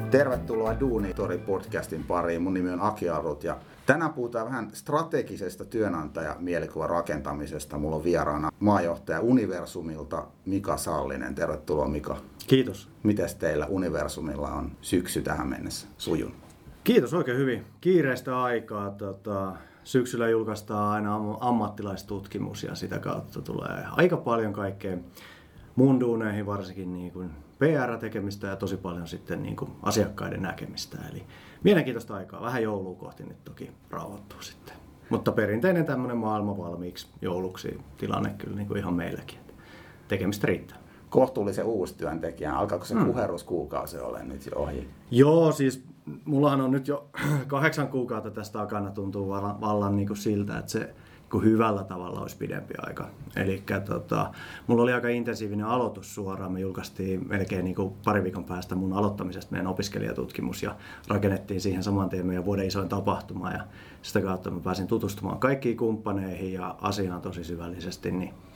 Tervetuloa Duunitori-podcastin pariin. Mun nimi on Aki Arut ja tänään puhutaan vähän strategisesta työnantajamielikuvan rakentamisesta. Mulla on vieraana maajohtaja Universumilta Mika Sallinen. Tervetuloa Mika. Kiitos. Mites teillä Universumilla on syksy tähän mennessä sujunut? Kiitos oikein hyvin. Kiireistä aikaa. Syksyllä julkaistaan aina ammattilaistutkimus ja sitä kautta tulee aika paljon kaikkea mun duuneihin, varsinkin niin kuin PR-tekemistä ja tosi paljon sitten niin kuin asiakkaiden näkemistä. Eli mielenkiintoista aikaa. Vähän joulua kohti nyt toki rauhoittuu sitten. Mutta perinteinen tämmöinen maailma valmiiksi jouluksi tilanne kyllä niin kuin ihan meilläkin. Tekemistä riittää. Kohtuullisen uusi työntekijä. Alkaako se kuheruskuukausi ole nyt jo ohi? Joo, siis mullahan on nyt jo 8 kuukautta tästä takana, tuntuu vallan niin kuin siltä, että se kun hyvällä tavalla olisi pidempi aika. Eli mulla oli aika intensiivinen aloitus suoraan. Me julkaistiin melkein niin kuin pari viikon päästä mun aloittamisesta meidän opiskelijatutkimus ja rakennettiin siihen saman tien meidän vuoden isoin tapahtuma. Ja sitä kautta mä pääsin tutustumaan kaikkiin kumppaneihin ja asiaan tosi syvällisesti.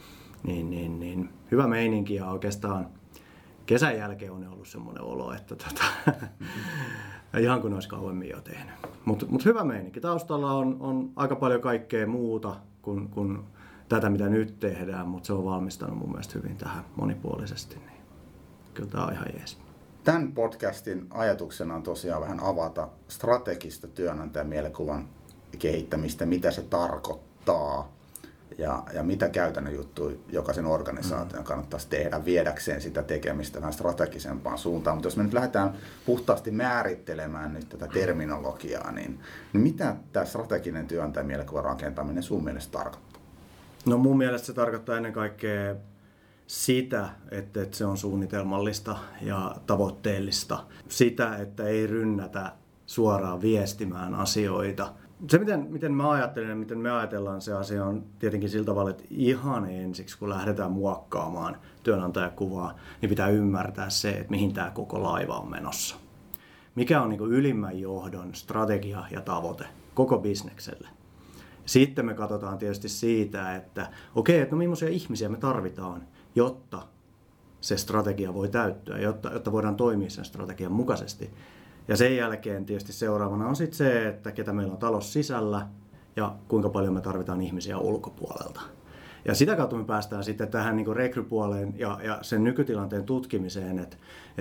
Niin hyvä meininki ja oikeastaan kesän jälkeen on ollut semmoinen olo, että ihan kun olisi kauemmin jo tehnyt. Mutta hyvä meininki. Taustalla on aika paljon kaikkea muuta kuin tätä, mitä nyt tehdään, mutta se on valmistanut mun mielestä hyvin tähän monipuolisesti. Niin kyllä tämä on ihan jees. Tämän podcastin ajatuksena on tosiaan vähän avata strategista työnantajamielikuvan kehittämistä, mitä se tarkoittaa. Ja mitä käytännön juttuja jokaisen organisaation kannattaisi tehdä viedäkseen sitä tekemistä vähän strategisempaan suuntaan. Mutta jos me nyt lähdetään puhtaasti määrittelemään nyt tätä terminologiaa, niin mitä tämä strateginen työnantajamielikuvan rakentaminen sun mielestä tarkoittaa? No mun mielestä se tarkoittaa ennen kaikkea sitä, että se on suunnitelmallista ja tavoitteellista. Sitä, että ei rynnätä suoraan viestimään asioita. Se, miten mä ajattelen ja miten me ajatellaan se asia on tietenkin sillä tavalla, että ihan ensiksi, kun lähdetään muokkaamaan työnantajakuvaa, niin pitää ymmärtää se, että mihin tämä koko laiva on menossa. Mikä on niin kuin ylimmän johdon strategia ja tavoite koko bisnekselle. Sitten me katsotaan tietysti siitä, että että millaisia ihmisiä me tarvitaan, jotta se strategia voi täyttyä, jotta voidaan toimia sen strategian mukaisesti. Ja sen jälkeen tietysti seuraavana on sitten se, että ketä meillä on talossa sisällä ja kuinka paljon me tarvitaan ihmisiä ulkopuolelta. Ja sitä kautta me päästään sitten tähän niin kuin rekrypuoleen ja sen nykytilanteen tutkimiseen, että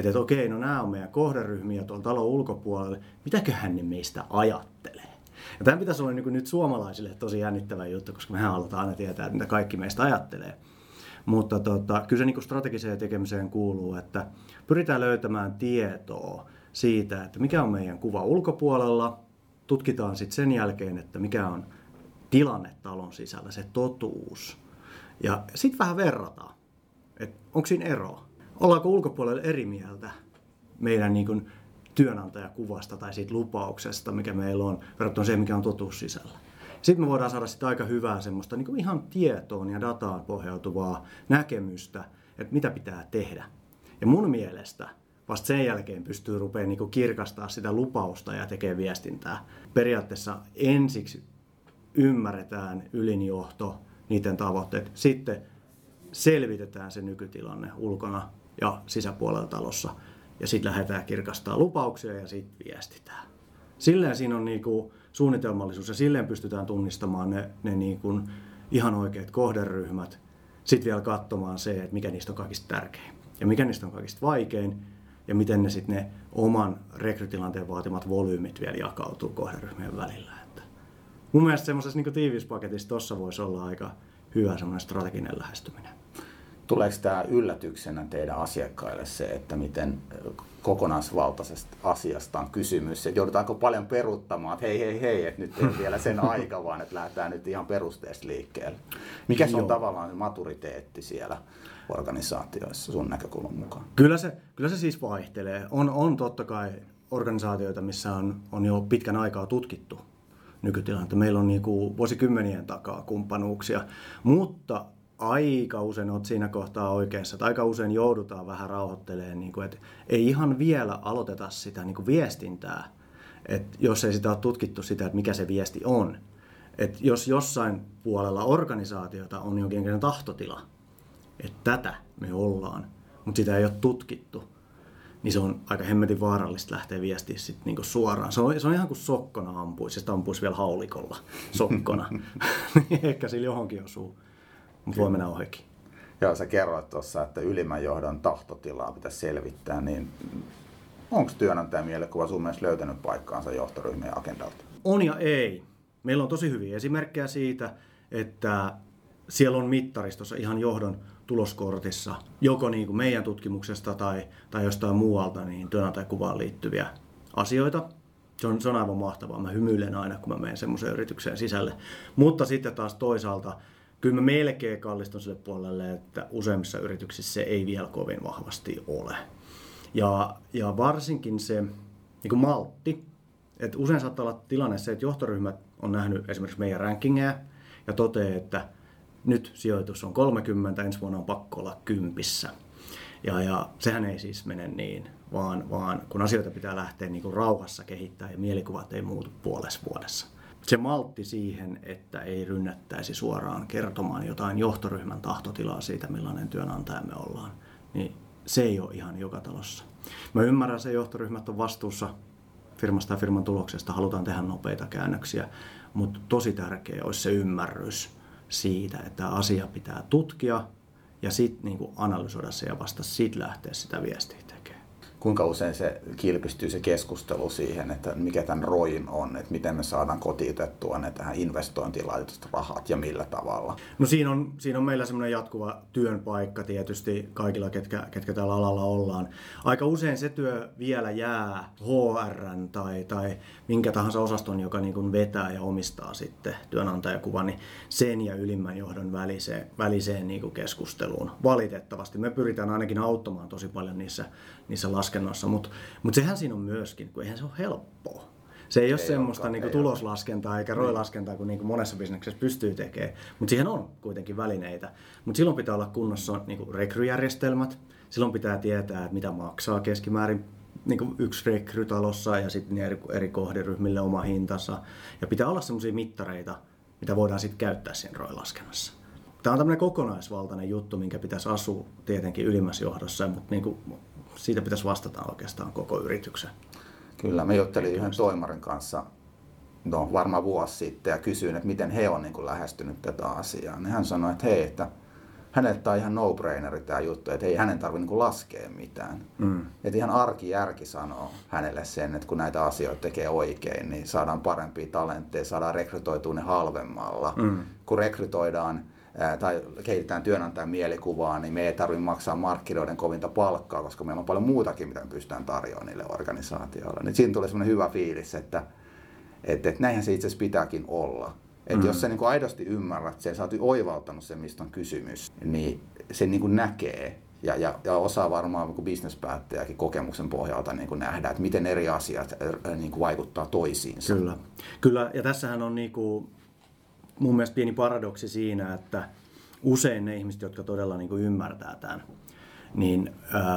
no nämä on meidän kohderyhmiä tuolla talon ulkopuolelle, mitäköhän ne meistä ajattelee. Ja tämän pitäisi olla niin kuin nyt suomalaisille tosi jännittävä juttu, koska mehän halutaan aina tietää, että mitä kaikki meistä ajattelee. Mutta kyllä se niin kuin strategiseen tekemiseen kuuluu, että pyritään löytämään tietoa siitä, että mikä on meidän kuva ulkopuolella, tutkitaan sitten sen jälkeen, että mikä on tilanne talon sisällä, se totuus. Ja sitten vähän verrataan, että onko siinä eroa. Ollaanko ulkopuolella eri mieltä meidän niin kuin työnantajakuvasta tai siitä lupauksesta, mikä meillä on, verrattuna siihen, mikä on totuus sisällä. Sitten me voidaan saada sitä aika hyvää semmoista niin kuin ihan tietoon ja dataan pohjautuvaa näkemystä, että mitä pitää tehdä. Ja mun mielestä vasta sen jälkeen pystyy rupeamaan niin kuin kirkastaa sitä lupausta ja tekee viestintää. Periaatteessa ensiksi ymmärretään ylinjohto, niiden tavoitteet. Sitten selvitetään se nykytilanne ulkona ja sisäpuolella talossa. Ja sitten lähdetään kirkastaa lupauksia ja sitten viestitään. Silleen siinä on niin kuin suunnitelmallisuus ja silleen pystytään tunnistamaan ne niin kuin ihan oikeat kohderyhmät. Sitten vielä katsomaan se, että mikä niistä on kaikista tärkein ja mikä niistä on kaikista vaikein. Ja miten ne oman rekrytilanteen vaatimat volyymit vielä jakautuu kohderyhmien välillä. Että mun mielestä semmoisessa niin tiivispaketissa tuossa voisi olla aika hyvä semmoinen strateginen lähestyminen. Tuleeko tämä yllätyksenä teidän asiakkaille se, että miten kokonaisvaltaisesta asiasta on kysymys? Että joudutaanko paljon peruuttamaan, että hei, että nyt ei ole vielä sen aika, vaan että lähdetään nyt ihan perusteesta liikkeelle. Mikä se on tavallaan se maturiteetti siellä organisaatioissa sun näkökulman mukaan? Kyllä se siis vaihtelee. On totta kai organisaatioita, missä on jo pitkän aikaa tutkittu nykytilannetta. Meillä on niin kuin vuosikymmenien takaa kumppanuuksia, mutta aika usein olet siinä kohtaa oikeassa, että aika usein joudutaan vähän rauhoittelemaan, niin kuin, että ei ihan vielä aloiteta sitä niin kuin viestintää, että jos ei sitä ole tutkittu sitä, että mikä se viesti on. Että jos jossain puolella organisaatiota on jonkinlainen tahtotila, että tätä me ollaan, mutta sitä ei ole tutkittu, niin se on aika hemmetin vaarallista lähteä viestiä sit niinku suoraan. Se on ihan kuin sokkona ampuisi, ja sitä ampuisi vielä haulikolla sokkona. Ehkä sillä johonkin osuu, mutta voi mennä ohikin. Joo, sä kerroit tuossa, että ylimmän johdon tahtotilaa pitäisi selvittää, niin onko työnantajan mielikuva sun mielestä löytänyt paikkaansa johtoryhmien agendalta? On ja ei. Meillä on tosi hyviä esimerkkejä siitä, että siellä on mittaristossa ihan johdon tuloskortissa, joko niin kuin meidän tutkimuksesta tai jostain muualta niin työnantajakuvaan liittyviä asioita. Se on aivan mahtavaa. Mä hymyilen aina, kun mä menen semmoiseen yritykseen sisälle. Mutta sitten taas toisaalta, kyllä mä melkein kallistun sille puolelle, että useimmissa yrityksissä se ei vielä kovin vahvasti ole. Ja varsinkin se niin kuin maltti, että usein saattaa olla tilanne se, että johtoryhmät on nähnyt esimerkiksi meidän rankingeja ja toteaa, että nyt sijoitus on 30, ensi vuonna on pakko olla 10. Ja sehän ei siis mene niin, vaan kun asioita pitää lähteä niin kuin rauhassa kehittämään ja mielikuvat ei muutu puolessa vuodessa. Se maltti siihen, että ei rynnättäisi suoraan kertomaan jotain johtoryhmän tahtotilaa siitä, millainen työnantaja me ollaan, niin se ei ole ihan joka talossa. Mä ymmärrän, että johtoryhmät on vastuussa firmasta ja firman tuloksesta, halutaan tehdä nopeita käännöksiä, mutta tosi tärkeä olisi se ymmärrys siitä, että asia pitää tutkia ja sitten niinku analysoida se ja vasta sitten lähteä sitä viestiä tekemään. Kuinka usein se kilpistyy se keskustelu siihen, että mikä tämän ROIn on, että miten me saadaan kotiutettua ne tähän investointiin laitetut rahat ja millä tavalla? No siinä on meillä semmoinen jatkuva työn paikka tietysti kaikilla, ketkä tällä alalla ollaan. Aika usein se työ vielä jää HR:n tai minkä tahansa osaston, joka niin kuin vetää ja omistaa sitten työnantajakuvan, niin sen ja ylimmän johdon väliseen niin kuin keskusteluun. Valitettavasti me pyritään ainakin auttamaan tosi paljon niissä laskennoissa, mutta sehän siinä on myöskin, kun eihän se ole helppoa. Se ei ole semmoista niinku tuloslaskentaa eikä ROI-laskentaa, kuin niinku monessa bisneksessä pystyy tekemään, mutta siihen on kuitenkin välineitä. Mutta silloin pitää olla kunnossa niinku rekryjärjestelmät, silloin pitää tietää, että mitä maksaa keskimäärin niinku yksi rekrytalossa ja sitten eri kohderyhmille oma hintansa. Ja pitää olla semmoisia mittareita, mitä voidaan sitten käyttää siinä ROI-laskennassa. Tämä on tämmöinen kokonaisvaltainen juttu, minkä pitäisi asua tietenkin ylimmässä johdossa, mutta niinku siitä pitäisi vastata oikeastaan koko yrityksen. Kyllä, mä juttelin yhden toimarin kanssa varmaan vuosi sitten ja kysyin, että miten he on niin kuin lähestynyt tätä asiaa. Niin hän sanoi, että hei, että hänelle tämä on ihan no-braineri tämä juttu, että ei hänen tarvitse niin laskea mitään. Että ihan arkijärki sanoo hänelle sen, että kun näitä asioita tekee oikein, niin saadaan parempia talentteja, saadaan rekrytoitua ne halvemmalla. Kun rekrytoidaan tai kehitetään työnantajan mielikuvaa, niin me ei tarvitse maksaa markkinoiden kovinta palkkaa, koska meillä on paljon muutakin, mitä me pystytään tarjoamaan niille organisaatioille. Niin siinä tulee semmoinen hyvä fiilis, että näinhän se itse asiassa pitääkin olla. Että jos sä niin kuin aidosti ymmärrät sen, sä oot oivaltanut sen, mistä on kysymys, niin se niin kuin näkee ja osaa varmaan niin kuin bisnespäättäjäkin kokemuksen pohjalta niin kuin nähdä, että miten eri asiat niin kuin vaikuttaa toisiinsa. Kyllä. Ja tässähän on niin kuin mun mielestä pieni paradoksi siinä, että usein ne ihmiset, jotka todella niin kuin ymmärtää tämän, niin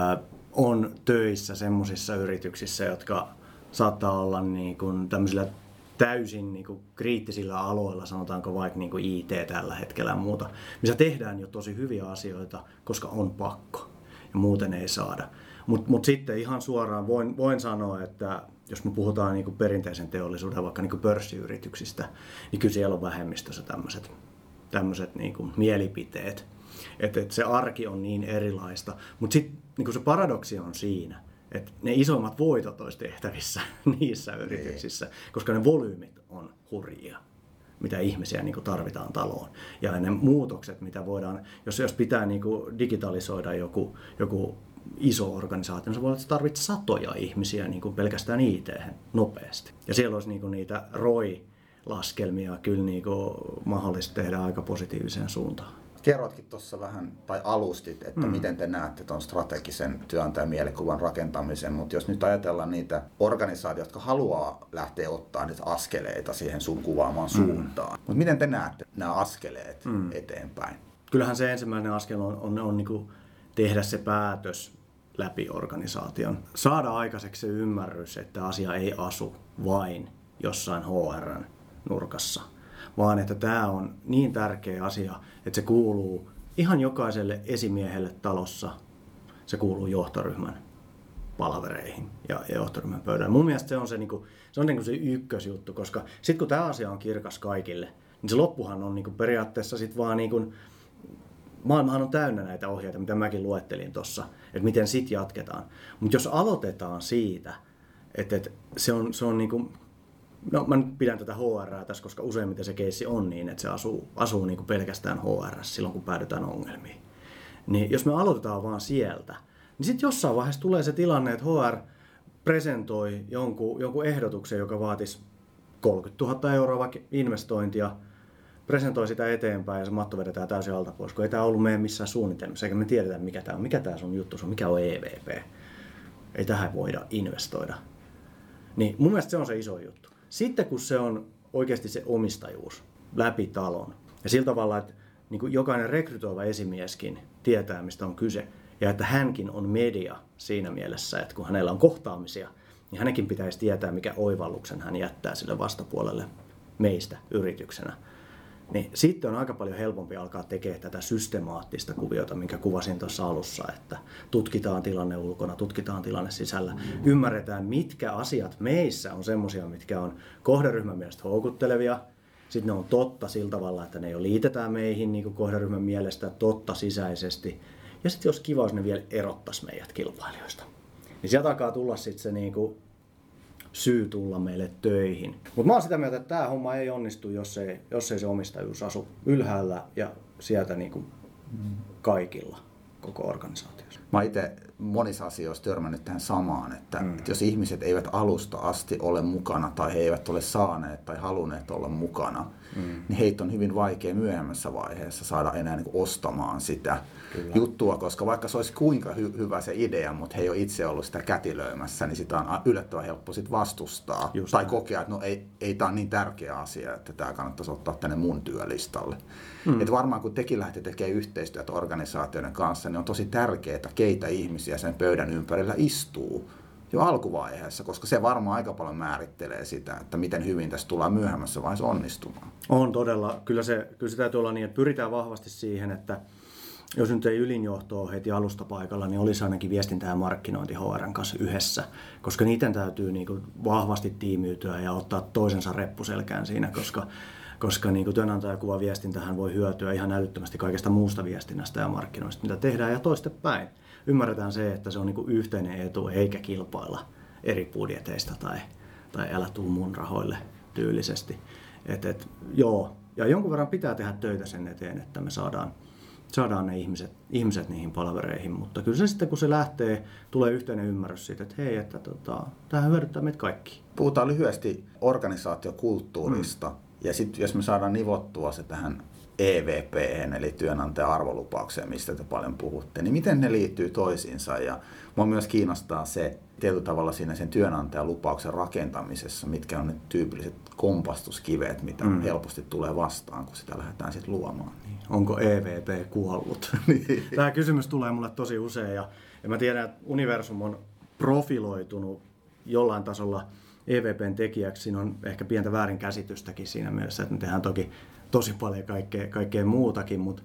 on töissä semmoisissa yrityksissä, jotka saattaa olla niin kuin tämmöisillä täysin niin kuin kriittisillä aloilla, sanotaanko vaikka niin kuin IT tällä hetkellä ja muuta, missä tehdään jo tosi hyviä asioita, koska on pakko ja muuten ei saada. Mutta sitten ihan suoraan voin sanoa, että jos me puhutaan niin kuin perinteisen teollisuuden, vaikka niin kuin pörssiyrityksistä, niin kyllä siellä on vähemmistössä tämmöiset niin kuin mielipiteet. Että se arki on niin erilaista. Mutta sitten niin kuin se paradoksi on siinä, että ne isoimmat voitot olisi tehtävissä niissä yrityksissä, koska ne volyymit on hurjia, mitä ihmisiä niin kuin tarvitaan taloon. Ja ne muutokset, mitä voidaan, jos pitää niin kuin digitalisoida joku iso organisaatio, niin se voi olla, että tarvitsee satoja ihmisiä niin kuin pelkästään IT-hän nopeasti. Ja siellä olisi niin kuin niitä ROI-laskelmia kyllä niin kuin mahdollista tehdä aika positiiviseen suuntaan. Kerrotkin tuossa vähän, tai alustit, että miten te näette tuon strategisen työnantajan mielikuvan rakentamisen, mutta jos nyt ajatellaan niitä organisaatioita, jotka haluaa lähteä ottaa niitä askeleita siihen sun kuvaamaan suuntaan, mutta miten te näette nämä askeleet eteenpäin? Kyllähän se ensimmäinen askel on niin kuin tehdä se päätös läpi organisaation. Saada aikaiseksi se ymmärrys, että asia ei asu vain jossain HR:n nurkassa, vaan että tämä on niin tärkeä asia, että se kuuluu ihan jokaiselle esimiehelle talossa, se kuuluu johtoryhmän palavereihin ja johtoryhmän pöydälle. Mun mielestä se on se ykkösjuttu, koska sitten kun tämä asia on kirkas kaikille, niin se loppuhan on niin kuin periaatteessa sitten vaan niin kuin, maailmahan on täynnä näitä ohjeita, mitä mäkin luettelin tuossa, että miten sit jatketaan. Mutta jos aloitetaan siitä, että se on niin kuin, no mä nyt pidän tätä HR:ää tässä, koska useimmiten se keissi on niin, että se asuu niin kuin pelkästään HR:ssä silloin, kun päädytään ongelmiin. Niin jos me aloitetaan vaan sieltä, niin sitten jossain vaiheessa tulee se tilanne, että HR presentoi jonkun ehdotuksen, joka vaatisi 30 000 euroa vaikka investointia, presentoi sitä eteenpäin ja se matto vedetään täysin alta pois, kun ei tämä ollut meidän missään suunnitelmissa, eikä me tiedetä mikä tämä sun juttu on, mikä on EVP. Ei tähän voida investoida. Niin mun mielestä se on se iso juttu. Sitten kun se on oikeasti se omistajuus läpi talon ja sillä tavalla, että niin kuin jokainen rekrytoiva esimieskin tietää, mistä on kyse ja että hänkin on media siinä mielessä, että kun hänellä on kohtaamisia, niin hänenkin pitäisi tietää, mikä oivalluksen hän jättää sille vastapuolelle meistä yrityksenä. Niin sitten on aika paljon helpompi alkaa tekemään tätä systemaattista kuviota, minkä kuvasin tuossa alussa, että tutkitaan tilanne ulkona, tutkitaan tilanne sisällä, ymmärretään, mitkä asiat meissä on semmoisia, mitkä on kohderyhmän mielestä houkuttelevia, sitten ne on totta sillä tavalla, että ne jo liitetään meihin niin kuin kohderyhmän mielestä totta sisäisesti, ja sitten jos kiva, jos ne vielä erottaisi meidät kilpailijoista. Niin sieltä alkaa tulla sitten se niin kuin syy tulla meille töihin. Mutta mä oon sitä mieltä, että tämä homma ei onnistu, jos ei se omistajuus asu ylhäällä ja sieltä niin kuin kaikilla koko organisaatiossa. Mä oon itse monissa asioissa törmännyt tähän samaan, että jos ihmiset eivät alusta asti ole mukana tai he eivät ole saaneet tai halunneet olla mukana, niin heitä on hyvin vaikea myöhemmässä vaiheessa saada enää niin kuin ostamaan sitä juttua, koska vaikka se olisi kuinka hyvä se idea, mutta he ei ole itse ollut sitä kätilöimässä, niin sitä on yllättävän helppo sit vastustaa tai kokea, että no ei tämä on niin tärkeä asia, että tämä kannattaisi ottaa tänne mun työlistalle. Et varmaan kun tekin lähdette tekemään yhteistyötä organisaatioiden kanssa, niin on tosi tärkeää, keitä ihmisiä sen pöydän ympärillä istuu jo alkuvaiheessa, koska se varmaan aika paljon määrittelee sitä, että miten hyvin tässä tullaan myöhemmässä vaiheessa onnistumaan. On todella. Kyllä se täytyy olla niin, että pyritään vahvasti siihen, että jos nyt ei ylinjohto ole heti alusta paikalla, niin olisi ainakin viestintä ja markkinointi HR:n kanssa yhdessä, koska niiden täytyy niin kuin vahvasti tiimiytyä ja ottaa toisensa reppuselkään siinä, koska niin kuin työnantajakuvaviestintähän voi hyötyä ihan älyttömästi kaikesta muusta viestinnästä ja markkinoista, mitä tehdään ja toistepäin. Ymmärretään se, että se on niin kuin yhteinen etu eikä kilpailla eri budjeteista tai älä tuu mun rahoille tyylisesti. Joo. Ja jonkun verran pitää tehdä töitä sen eteen, että me saadaan ne ihmiset niihin palavereihin, mutta kyllä se sitten kun se lähtee, tulee yhteinen ymmärrys siitä, että hei, että tämähän hyödyttää meitä kaikki. Puhutaan lyhyesti organisaatiokulttuurista ja sitten jos me saadaan nivottua se tähän EVP:hen eli työnantaja-arvolupaukseen, mistä te paljon puhutte, niin miten ne liittyy toisiinsa ja mua myös kiinnostaa se tietyllä tavalla siinä sen työnantajalupauksen rakentamisessa, mitkä on ne tyypilliset kompastuskivet, mitä helposti tulee vastaan, kun sitä lähdetään sitten luomaan. Onko EVP kuollut? Tämä kysymys tulee mulle tosi usein ja mä tiedän, että universum on profiloitunut jollain tasolla EVPn tekijäksi. Siinä on ehkä pientä väärinkäsitystäkin siinä mielessä, että me tehdään toki tosi paljon kaikkea muutakin, mutta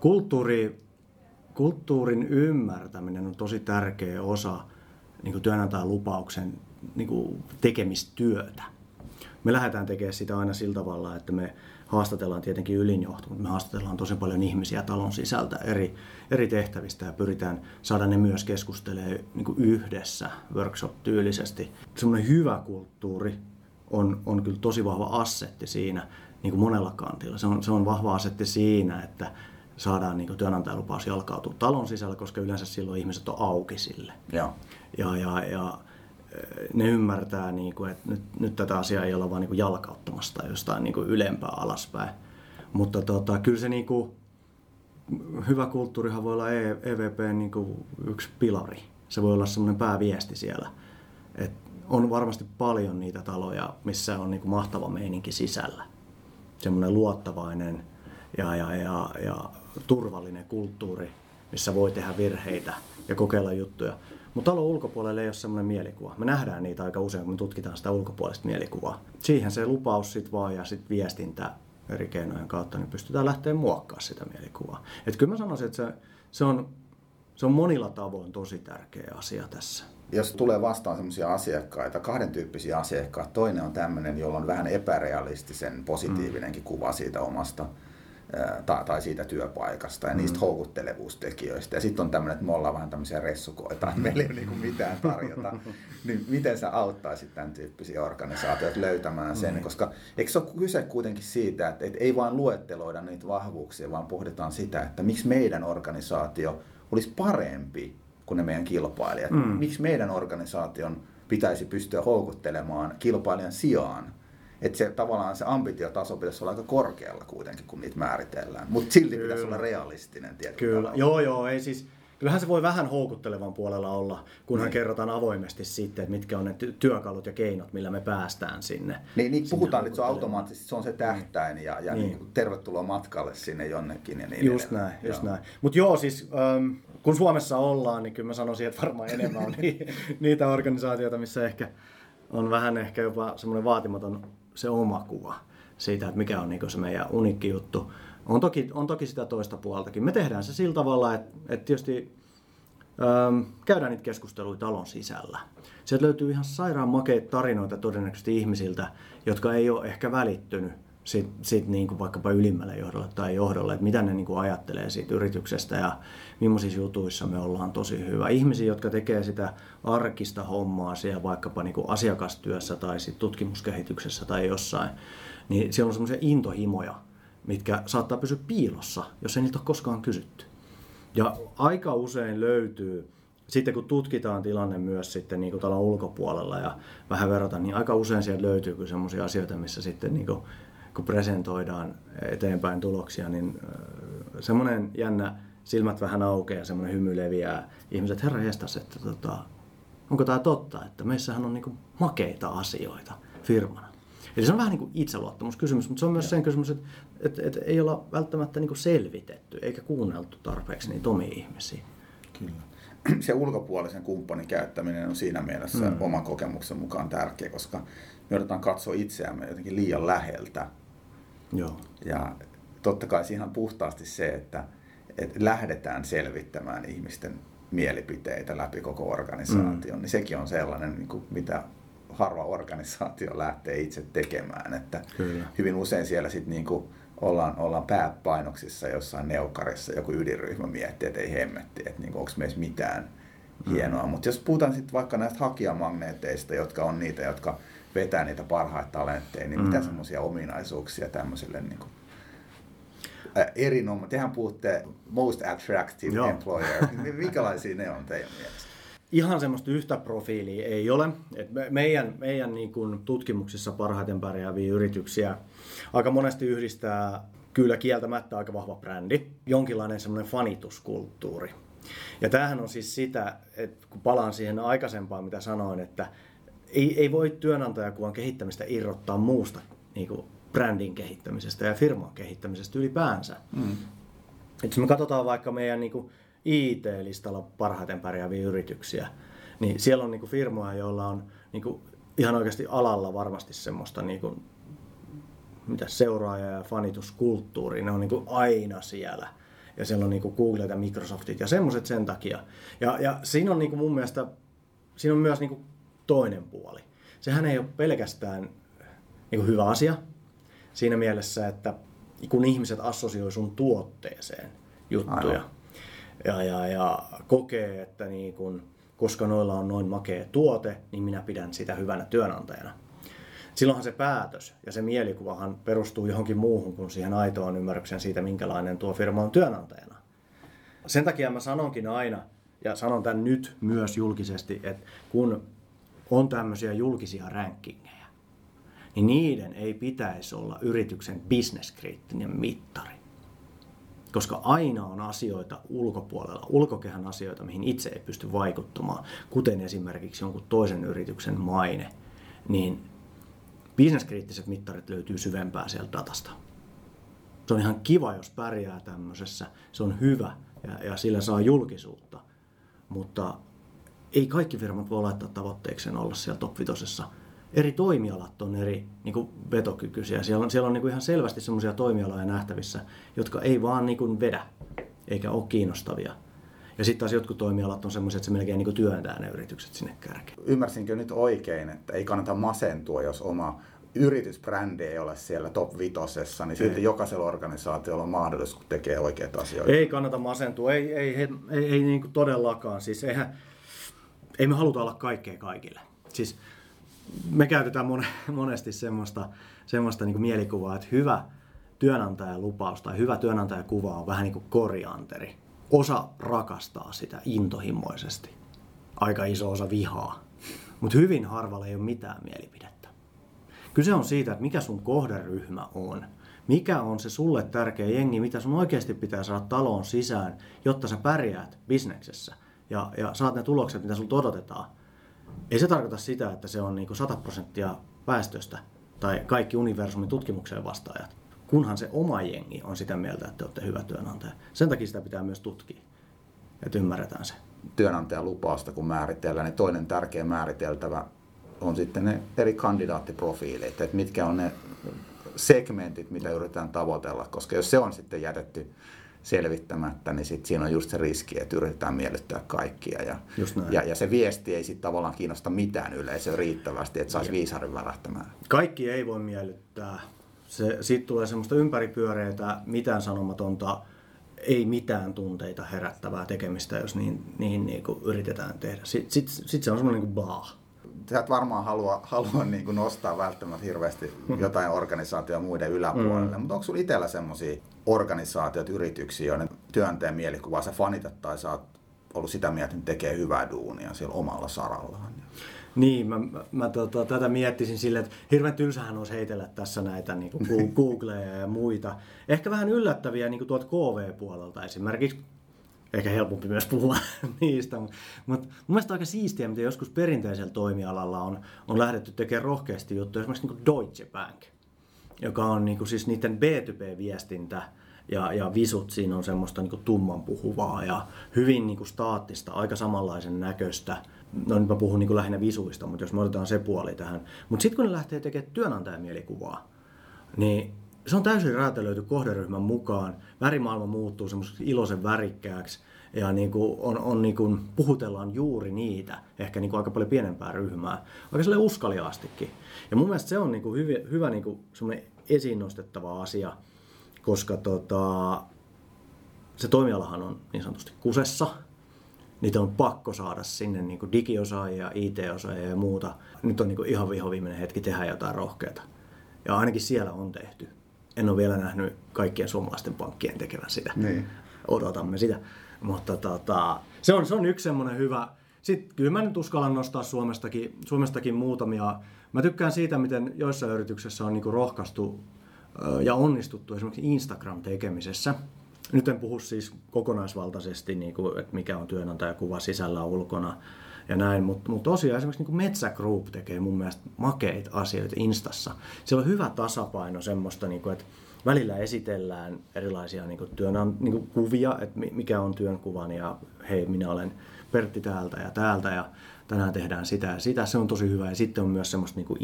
kulttuurin ymmärtäminen on tosi tärkeä osa niin kuin työnantajan lupauksen niin kuin tekemistyötä. Me lähdetään tekemään sitä aina sillä tavalla, että me haastatellaan tietenkin ylinjohto, mutta me haastatellaan tosi paljon ihmisiä talon sisältä eri tehtävistä ja pyritään saada ne myös keskustelemaan niin kuin yhdessä workshop-tyylisesti. Semmoinen hyvä kulttuuri on kyllä tosi vahva assetti siinä niin kuin monella kantilla. Se on vahva assetti siinä, että saadaan niin kuin työnantajalupaus jalkautua talon sisällä, koska yleensä silloin ihmiset on auki sille. Ja ne ymmärtää, että nyt tätä asiaa ei olla vaan jalkauttamassa tai jostain ylempää alaspäin. Mutta kyllä se hyvä kulttuurihan voi olla EVPn yksi pilari. Se voi olla semmoinen pääviesti siellä. Et on varmasti paljon niitä taloja, missä on mahtava meininki sisällä. Semmoinen luottavainen ja turvallinen kulttuuri, missä voi tehdä virheitä ja kokeilla juttuja. Mutta talon ulkopuolelle ei ole semmoinen mielikuva. Me nähdään niitä aika usein, kun me tutkitaan sitä ulkopuolista mielikuvaa. Siihen se lupaus sit vaan ja sit viestintä eri keinojen kautta, niin pystytään lähteä muokkaamaan sitä mielikuvaa. Et kyllä mä sanoisin, että Se on monilla tavoin tosi tärkeä asia tässä. Jos tulee vastaan sellaisia asiakkaita, kahden tyyppisiä asiakkaita, toinen on tämmöinen, jolla on vähän epärealistisen positiivinenkin kuva siitä omasta tai siitä työpaikasta ja niistä houkuttelevuustekijöistä. Ja sitten on tämmöinen, että me ollaan vähän tämmöisiä ressukoita, meillä ei ole niinku mitään tarjota. Niin miten sä auttaisit tämän tyyppisiä organisaatioita löytämään sen? Koska eikö se ole kyse kuitenkin siitä, että ei vain luetteloida niitä vahvuuksia, vaan pohditaan sitä, että miksi meidän organisaatio olisi parempi kuin ne meidän kilpailijat. Miksi meidän organisaation pitäisi pystyä houkuttelemaan kilpailijan sijaan? Että se tavallaan se ambitiotaso pitäisi olla aika korkealla kuitenkin, kun niitä määritellään. Mutta silti pitäisi olla realistinen tietyllä tavalla. Joo, ei siis. Kyllähän se voi vähän houkuttelevan puolella olla, kunhan kerrotaan avoimesti sitten, että mitkä on ne työkalut ja keinot, millä me päästään sinne. Niin puhutaan, että se on automaattisesti, se on se tähtäin ja niin tervetuloa matkalle sinne jonnekin. Ja niin just näin. Mutta joo, siis kun Suomessa ollaan, niin kyllä mä sanoisin, että varmaan enemmän on niitä organisaatioita, missä ehkä on vähän ehkä jopa semmoinen vaatimaton se oma kuva siitä, että mikä on niin se meidän uniikki juttu. On toki sitä toista puoltakin. Me tehdään se sillä tavalla, että tietysti käydään niitä keskusteluja talon sisällä. Sieltä löytyy ihan sairaan makeita tarinoita todennäköisesti ihmisiltä, jotka ei ole ehkä välittynyt sit niin kuin vaikkapa ylimmälle johdolle tai johdolle, että mitä ne niin kuin ajattelee siitä yrityksestä ja millaisissa jutuissa me ollaan tosi hyvä. Ihmisiä, jotka tekee sitä arkista hommaa siellä vaikkapa niin kuin asiakastyössä tai sit tutkimuskehityksessä tai jossain, niin siellä on semmoisia intohimoja, mitkä saattaa pysyä piilossa, jos ei niitä ole koskaan kysytty. Ja aika usein löytyy, sitten kun tutkitaan tilanne myös sitten niin kuin talon ulkopuolella ja vähän verrataan, niin aika usein sieltä löytyy kyllä semmoisia asioita, missä sitten niin kuin, kun presentoidaan eteenpäin tuloksia, niin semmoinen jännä silmät vähän aukeaa ja semmoinen hymy leviää. Ihmiset, herra jestas, että onko tämä totta, että meissähän on niin kuin makeita asioita firmana. Eli se on vähän niin kuin itseluottamuskysymys, mutta se on myös sen kysymys, että ei olla välttämättä niin kuin selvitetty eikä kuunneltu tarpeeksi niitä omia ihmisiä. Kyllä. Se ulkopuolisen kumppanin käyttäminen on siinä mielessä oman kokemuksen mukaan tärkeä, koska me joudutaan katsoa itseämme jotenkin liian läheltä. Joo. Ja totta kai siinä on puhtaasti se, että lähdetään selvittämään ihmisten mielipiteitä läpi koko organisaation, niin sekin on sellainen, niin kuin mitä harva organisaatio lähtee itse tekemään. Että hyvin usein siellä sit niin kuin ollaan pääpainoksissa jossain neukkarissa, joku ydinryhmä miettii, että ei hemmetti, että niin onko meissä mitään hienoa. Mutta jos puhutaan sitten vaikka näistä hakijamagneeteista, jotka on niitä, jotka vetää niitä parhaita talentteja, niin mitä semmoisia ominaisuuksia tämmöiselle niin kuin erinomaisesti. Tehän puhutte most attractive employer. Minkälaisia ne on teidän mielestä? Ihan semmoista yhtä profiilia ei ole. Et meidän niin kuin tutkimuksissa parhaiten pärjääviä yrityksiä aika monesti yhdistää kyllä kieltämättä aika vahva brändi, jonkinlainen semmoinen fanituskulttuuri. Ja tämähän on siis sitä, että kun palaan siihen aikaisempaan, mitä sanoin, että ei voi työnantajakuvan kehittämistä irrottaa muusta niin kuin brändin kehittämisestä ja firman kehittämisestä ylipäänsä. Et jos me katsotaan vaikka meidän niin kuin IT-listalla parhaiten pärjääviä yrityksiä, niin siellä on niin kuin firmoja, joilla on niin kuin ihan oikeasti alalla varmasti semmoista niin kuin, seuraaja- ja fanituskulttuuria. Ne on niin kuin aina siellä. Ja siellä on niin kuin Googlet ja Microsoftit ja semmoiset sen takia. Ja siinä on niin kuin mun mielestä siinä on myös niin kuin toinen puoli. Sehän ei ole pelkästään niin kuin hyvä asia siinä mielessä, että kun ihmiset assosioi sun tuotteeseen juttuja ja kokee, että niin kun, koska noilla on noin makea tuote, niin minä pidän sitä hyvänä työnantajana. Silloinhan se päätös ja se mielikuvahan perustuu johonkin muuhun kuin siihen aitoon ymmärrykseen siitä, minkälainen tuo firma on työnantajana. Sen takia mä sanonkin aina, ja sanon tämän nyt myös julkisesti, että kun on tämmöisiä julkisia rankingeja, niin niiden ei pitäisi olla yrityksen bisneskriittinen mittari. Koska aina on asioita ulkopuolella, ulkokehän asioita, mihin itse ei pysty vaikuttamaan, kuten esimerkiksi jonkun toisen yrityksen maine, niin bisneskriittiset mittarit löytyy syvempää sieltä datasta. Se on ihan kiva, jos pärjää tämmöisessä, se on hyvä ja sillä saa julkisuutta, mutta ei kaikki firmat voi laittaa tavoitteekseen olla siellä top 5. Eri toimialat on eri niin kuin vetokykyisiä. Siellä on niin kuin ihan selvästi sellaisia toimialoja nähtävissä, jotka ei vaan niin kuin vedä eikä ole kiinnostavia. Ja sitten taas jotkut toimialat on semmoiset, että se melkein niin työntää ne yritykset sinne kärkeen. Ymmärsinkö nyt oikein, että ei kannata masentua, jos oma yritysbrändi ei ole siellä top 5, niin silti jokaisella organisaatiolla on mahdollisuus, kun tekee oikeita asioita. Ei kannata masentua, ei niin kuin todellakaan. Siis ei me haluta olla kaikkea kaikille. Siis me käytetään monesti semmoista niin kuin mielikuvaa, että hyvä työnantajalupaus tai hyvä työnantajakuva on vähän niin kuin korianteri. Osa rakastaa sitä intohimoisesti, aika iso osa vihaa, mutta hyvin harvalla ei ole mitään mielipidettä. Kyse on siitä, että mikä sun kohderyhmä on, mikä on se sulle tärkeä jengi, mitä sun oikeasti pitää saada taloon sisään, jotta sä pärjäät bisneksessä ja saat ne tulokset, mitä sulta odotetaan. Ei se tarkoita sitä, että se on niin kuin 100% väestöstä tai kaikki universumin tutkimukseen vastaajat, kunhan se oma jengi on sitä mieltä, että te olette hyvä työnantaja. Sen takia sitä pitää myös tutkia, että ymmärretään se. Työnantajan lupausta kun määritellään, niin toinen tärkeä määriteltävä on sitten ne eri kandidaattiprofiilit, että mitkä on ne segmentit, mitä yritetään tavoitella, koska jos se on sitten jätetty selvittämättä, niin sit siinä on just se riski, että yritetään miellyttää kaikkia. Ja se viesti ei sitten tavallaan kiinnosta mitään yleisöä riittävästi, että saisi viisarin värähtämään. Kaikki ei voi miellyttää. Siitä tulee semmoista ympäripyöreitä, mitään sanomatonta, ei mitään tunteita herättävää tekemistä, jos niin kuin yritetään tehdä. Sitten se on semmoinen niin kuin blah. Sä et varmaan halua niin kuin nostaa välttämättä hirveästi jotain organisaatioa muiden yläpuolelle, mutta onko sulla itsellä semmoisia organisaatioita, yrityksiä, joiden työntäjän mielikuvaa sä fanitat tai sä oot ollut sitä mieltä, että tekee hyvää duunia siellä omalla sarallaan? Niin, mä tätä miettisin silleen, että hirveän tylsähän olisi heitellä tässä näitä niin kuin Googleja ja muita. Ehkä vähän yllättäviä niin kuin tuolta KV-puolelta esimerkiksi. Ehkä helpompi myös puhua niistä, mutta mun mielestä aika siistiä, miten joskus perinteisellä toimialalla on lähdetty tekemään rohkeasti juttuja. Esimerkiksi niin kuin Deutsche Bank, joka on niin kuin siis niiden B2B-viestintä ja visut siinä on semmoista niin kuin tummanpuhuvaa ja hyvin niin kuin staattista, aika samanlaisen näköistä. No nyt mä puhun niin kuin lähinnä visuista, mutta jos me otetaan se puoli tähän. Mutta sitten kun ne lähtee tekemään työnantajamielikuvaa, niin se on täysin räätälöity kohderyhmän mukaan. Värimaailma muuttuu semmoiseksi iloisen värikkääksi ja niin kuin niin kuin puhutellaan juuri niitä, ehkä niin kuin aika paljon pienempää ryhmää, aika sellainen uskaliaastikin. Ja mun mielestä se on niin kuin hyvä niin kuin semmoinen esiin nostettava asia, koska se toimialahan on niin sanotusti kusessa. Niitä on pakko saada sinne niin kuin digiosaajia, IT-osaajia ja muuta. Nyt on niin kuin ihan vihoviimeinen hetki tehdä jotain rohkeata. Ja ainakin siellä on tehty. En ole vielä nähnyt kaikkien suomalaisten pankkien tekevän sitä. Niin. Odotamme sitä. Mutta se on yksi semmoinen hyvä. Sitten kyllä mä nyt uskallan nostaa Suomestakin muutamia. Mä tykkään siitä, miten joissain yrityksissä on niinku rohkaistu ja onnistuttu esimerkiksi Instagram-tekemisessä. Nyt en puhu siis kokonaisvaltaisesti, niinku, että mikä on työnantajakuva sisällä ulkona ja näin, mutta tosiaan esimerkiksi niin Metsä Group tekee mun mielestä makeita asioita Instassa. Siellä on hyvä tasapaino semmoista, niin kuin, että välillä esitellään erilaisia niin kuin kuvia, että mikä on työnkuvani ja hei, minä olen Pertti täältä ja tänään tehdään sitä ja sitä. Se on tosi hyvä ja sitten on myös semmoista niin kuin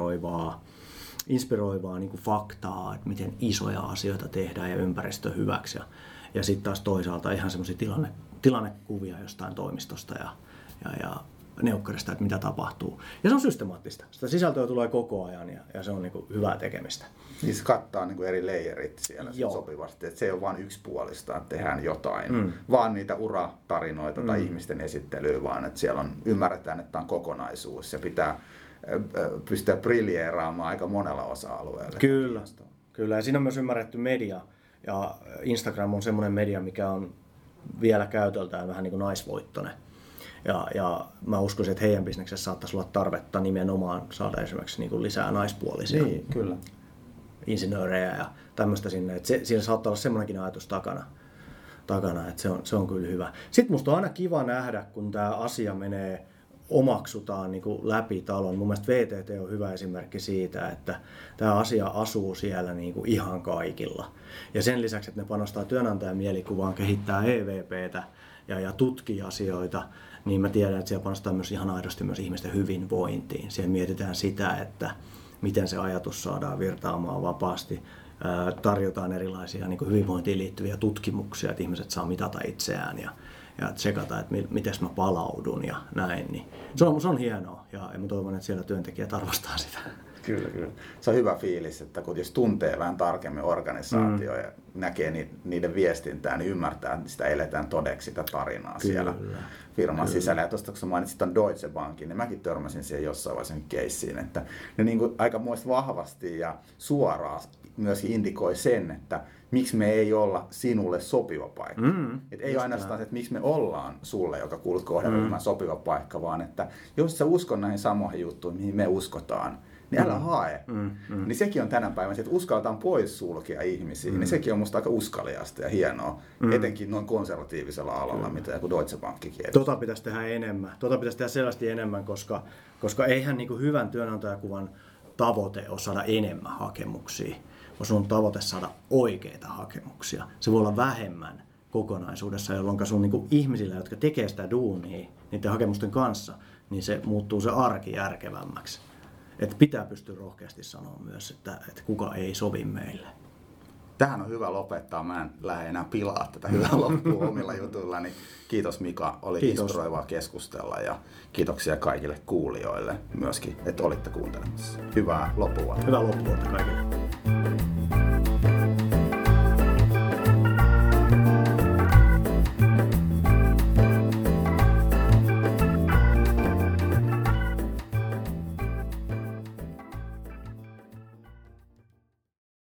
inspiroivaa niin kuin faktaa, että miten isoja asioita tehdään ja ympäristö hyväksi. Ja sitten taas toisaalta ihan semmoisia tilannekuvia jostain toimistosta ja neukkarista, että mitä tapahtuu. Ja se on systemaattista. Sitä sisältöä tulee koko ajan ja se on niin kuin hyvää tekemistä. Niin se kattaa niin kuin eri layerit siellä sopivasti. Että se ei ole vain yksipuolista, että tehdään jotain, vaan niitä uratarinoita tai ihmisten esittelyä, vaan että siellä ymmärretään, että tämä on kokonaisuus ja pitää pystyä briljeeraamaan aika monella osa-alueella. Kyllä. Ja siinä on myös ymmärretty media. Ja Instagram on semmoinen media, mikä on vielä käytöltään vähän niin kuin naisvoittoinen. Ja mä uskoisin, että heidän bisneksessä saattaisi olla tarvetta nimenomaan saada esimerkiksi niin kuin lisää naispuolisia insinöörejä ja tämmöistä sinne. Että siinä saattaa olla semmoinenkin ajatus takana, että se on kyllä hyvä. Sitten musta on aina kiva nähdä, kun tämä asia omaksutaan niin kuin läpi talon. Mun mielestä VTT on hyvä esimerkki siitä, että tämä asia asuu siellä niin kuin ihan kaikilla. Ja sen lisäksi, että ne panostaa työnantajan mielikuvaan, kehittää EVPtä ja tutkii asioita, niin mä tiedän, että siellä panostaa myös ihan aidosti myös ihmisten hyvinvointiin. Siellä mietitään sitä, että miten se ajatus saadaan virtaamaan vapaasti. Tarjotaan erilaisia niin kuin hyvinvointiin liittyviä tutkimuksia, että ihmiset saa mitata itseään ja tsekata, että miten mä palaudun ja näin. Niin se on hienoa ja mä toivon, että siellä työntekijät arvostaa sitä. Kyllä. Se on hyvä fiilis, että kun jos tuntee vähän tarkemmin organisaatioa ja näkee niiden viestintää, niin ymmärtää, että sitä eletään todeksi sitä tarinaa siellä firman sisällä. Ja tuosta kun sä mainitsit ton Deutsche Bankin, niin mäkin törmäsin siihen jossain vaiheessa keissiin, että ne niin kuin aika muista vahvasti ja suoraan myöskin indikoi sen, että miksi me ei olla sinulle sopiva paikka. Ei ainoastaan se, että miksi me ollaan sulle, joka kuulut kohderyhmään, sopiva paikka, vaan että jos sä uskon näihin samoihin juttuihin, mihin me uskotaan, niin älä hae. Niin sekin on tänä päivänä, että uskaltaan pois sulkea ihmisiä, niin sekin on musta aika uskaliasta ja hienoa, etenkin noin konservatiivisella alalla, mitä joku Deutsche Bankkikin. Tota pitäisi tehdä enemmän. Tota pitäisi tehdä selvästi enemmän, koska eihän niin kuin hyvän työnantajakuvan tavoite on saada enemmän hakemuksia, vaan sun tavoite saada oikeita hakemuksia. Se voi olla vähemmän kokonaisuudessa, jolloin sun niin kuin ihmisillä, jotka tekee sitä duunia niiden hakemusten kanssa, niin se muuttuu se arki järkevämmäksi. Että pitää pystyä rohkeasti sanoa myös, että kuka ei sovi meille. Tähän on hyvä lopettaa. Mä en lähde enää pilaa tätä hyvää loppua omilla jutuillani. Kiitos Mika, oli inspiroivaa keskustella ja kiitoksia kaikille kuulijoille myöskin, että olitte kuuntelemassa. Hyvää loppuvuotta. Hyvää loppuvuotta kaikille.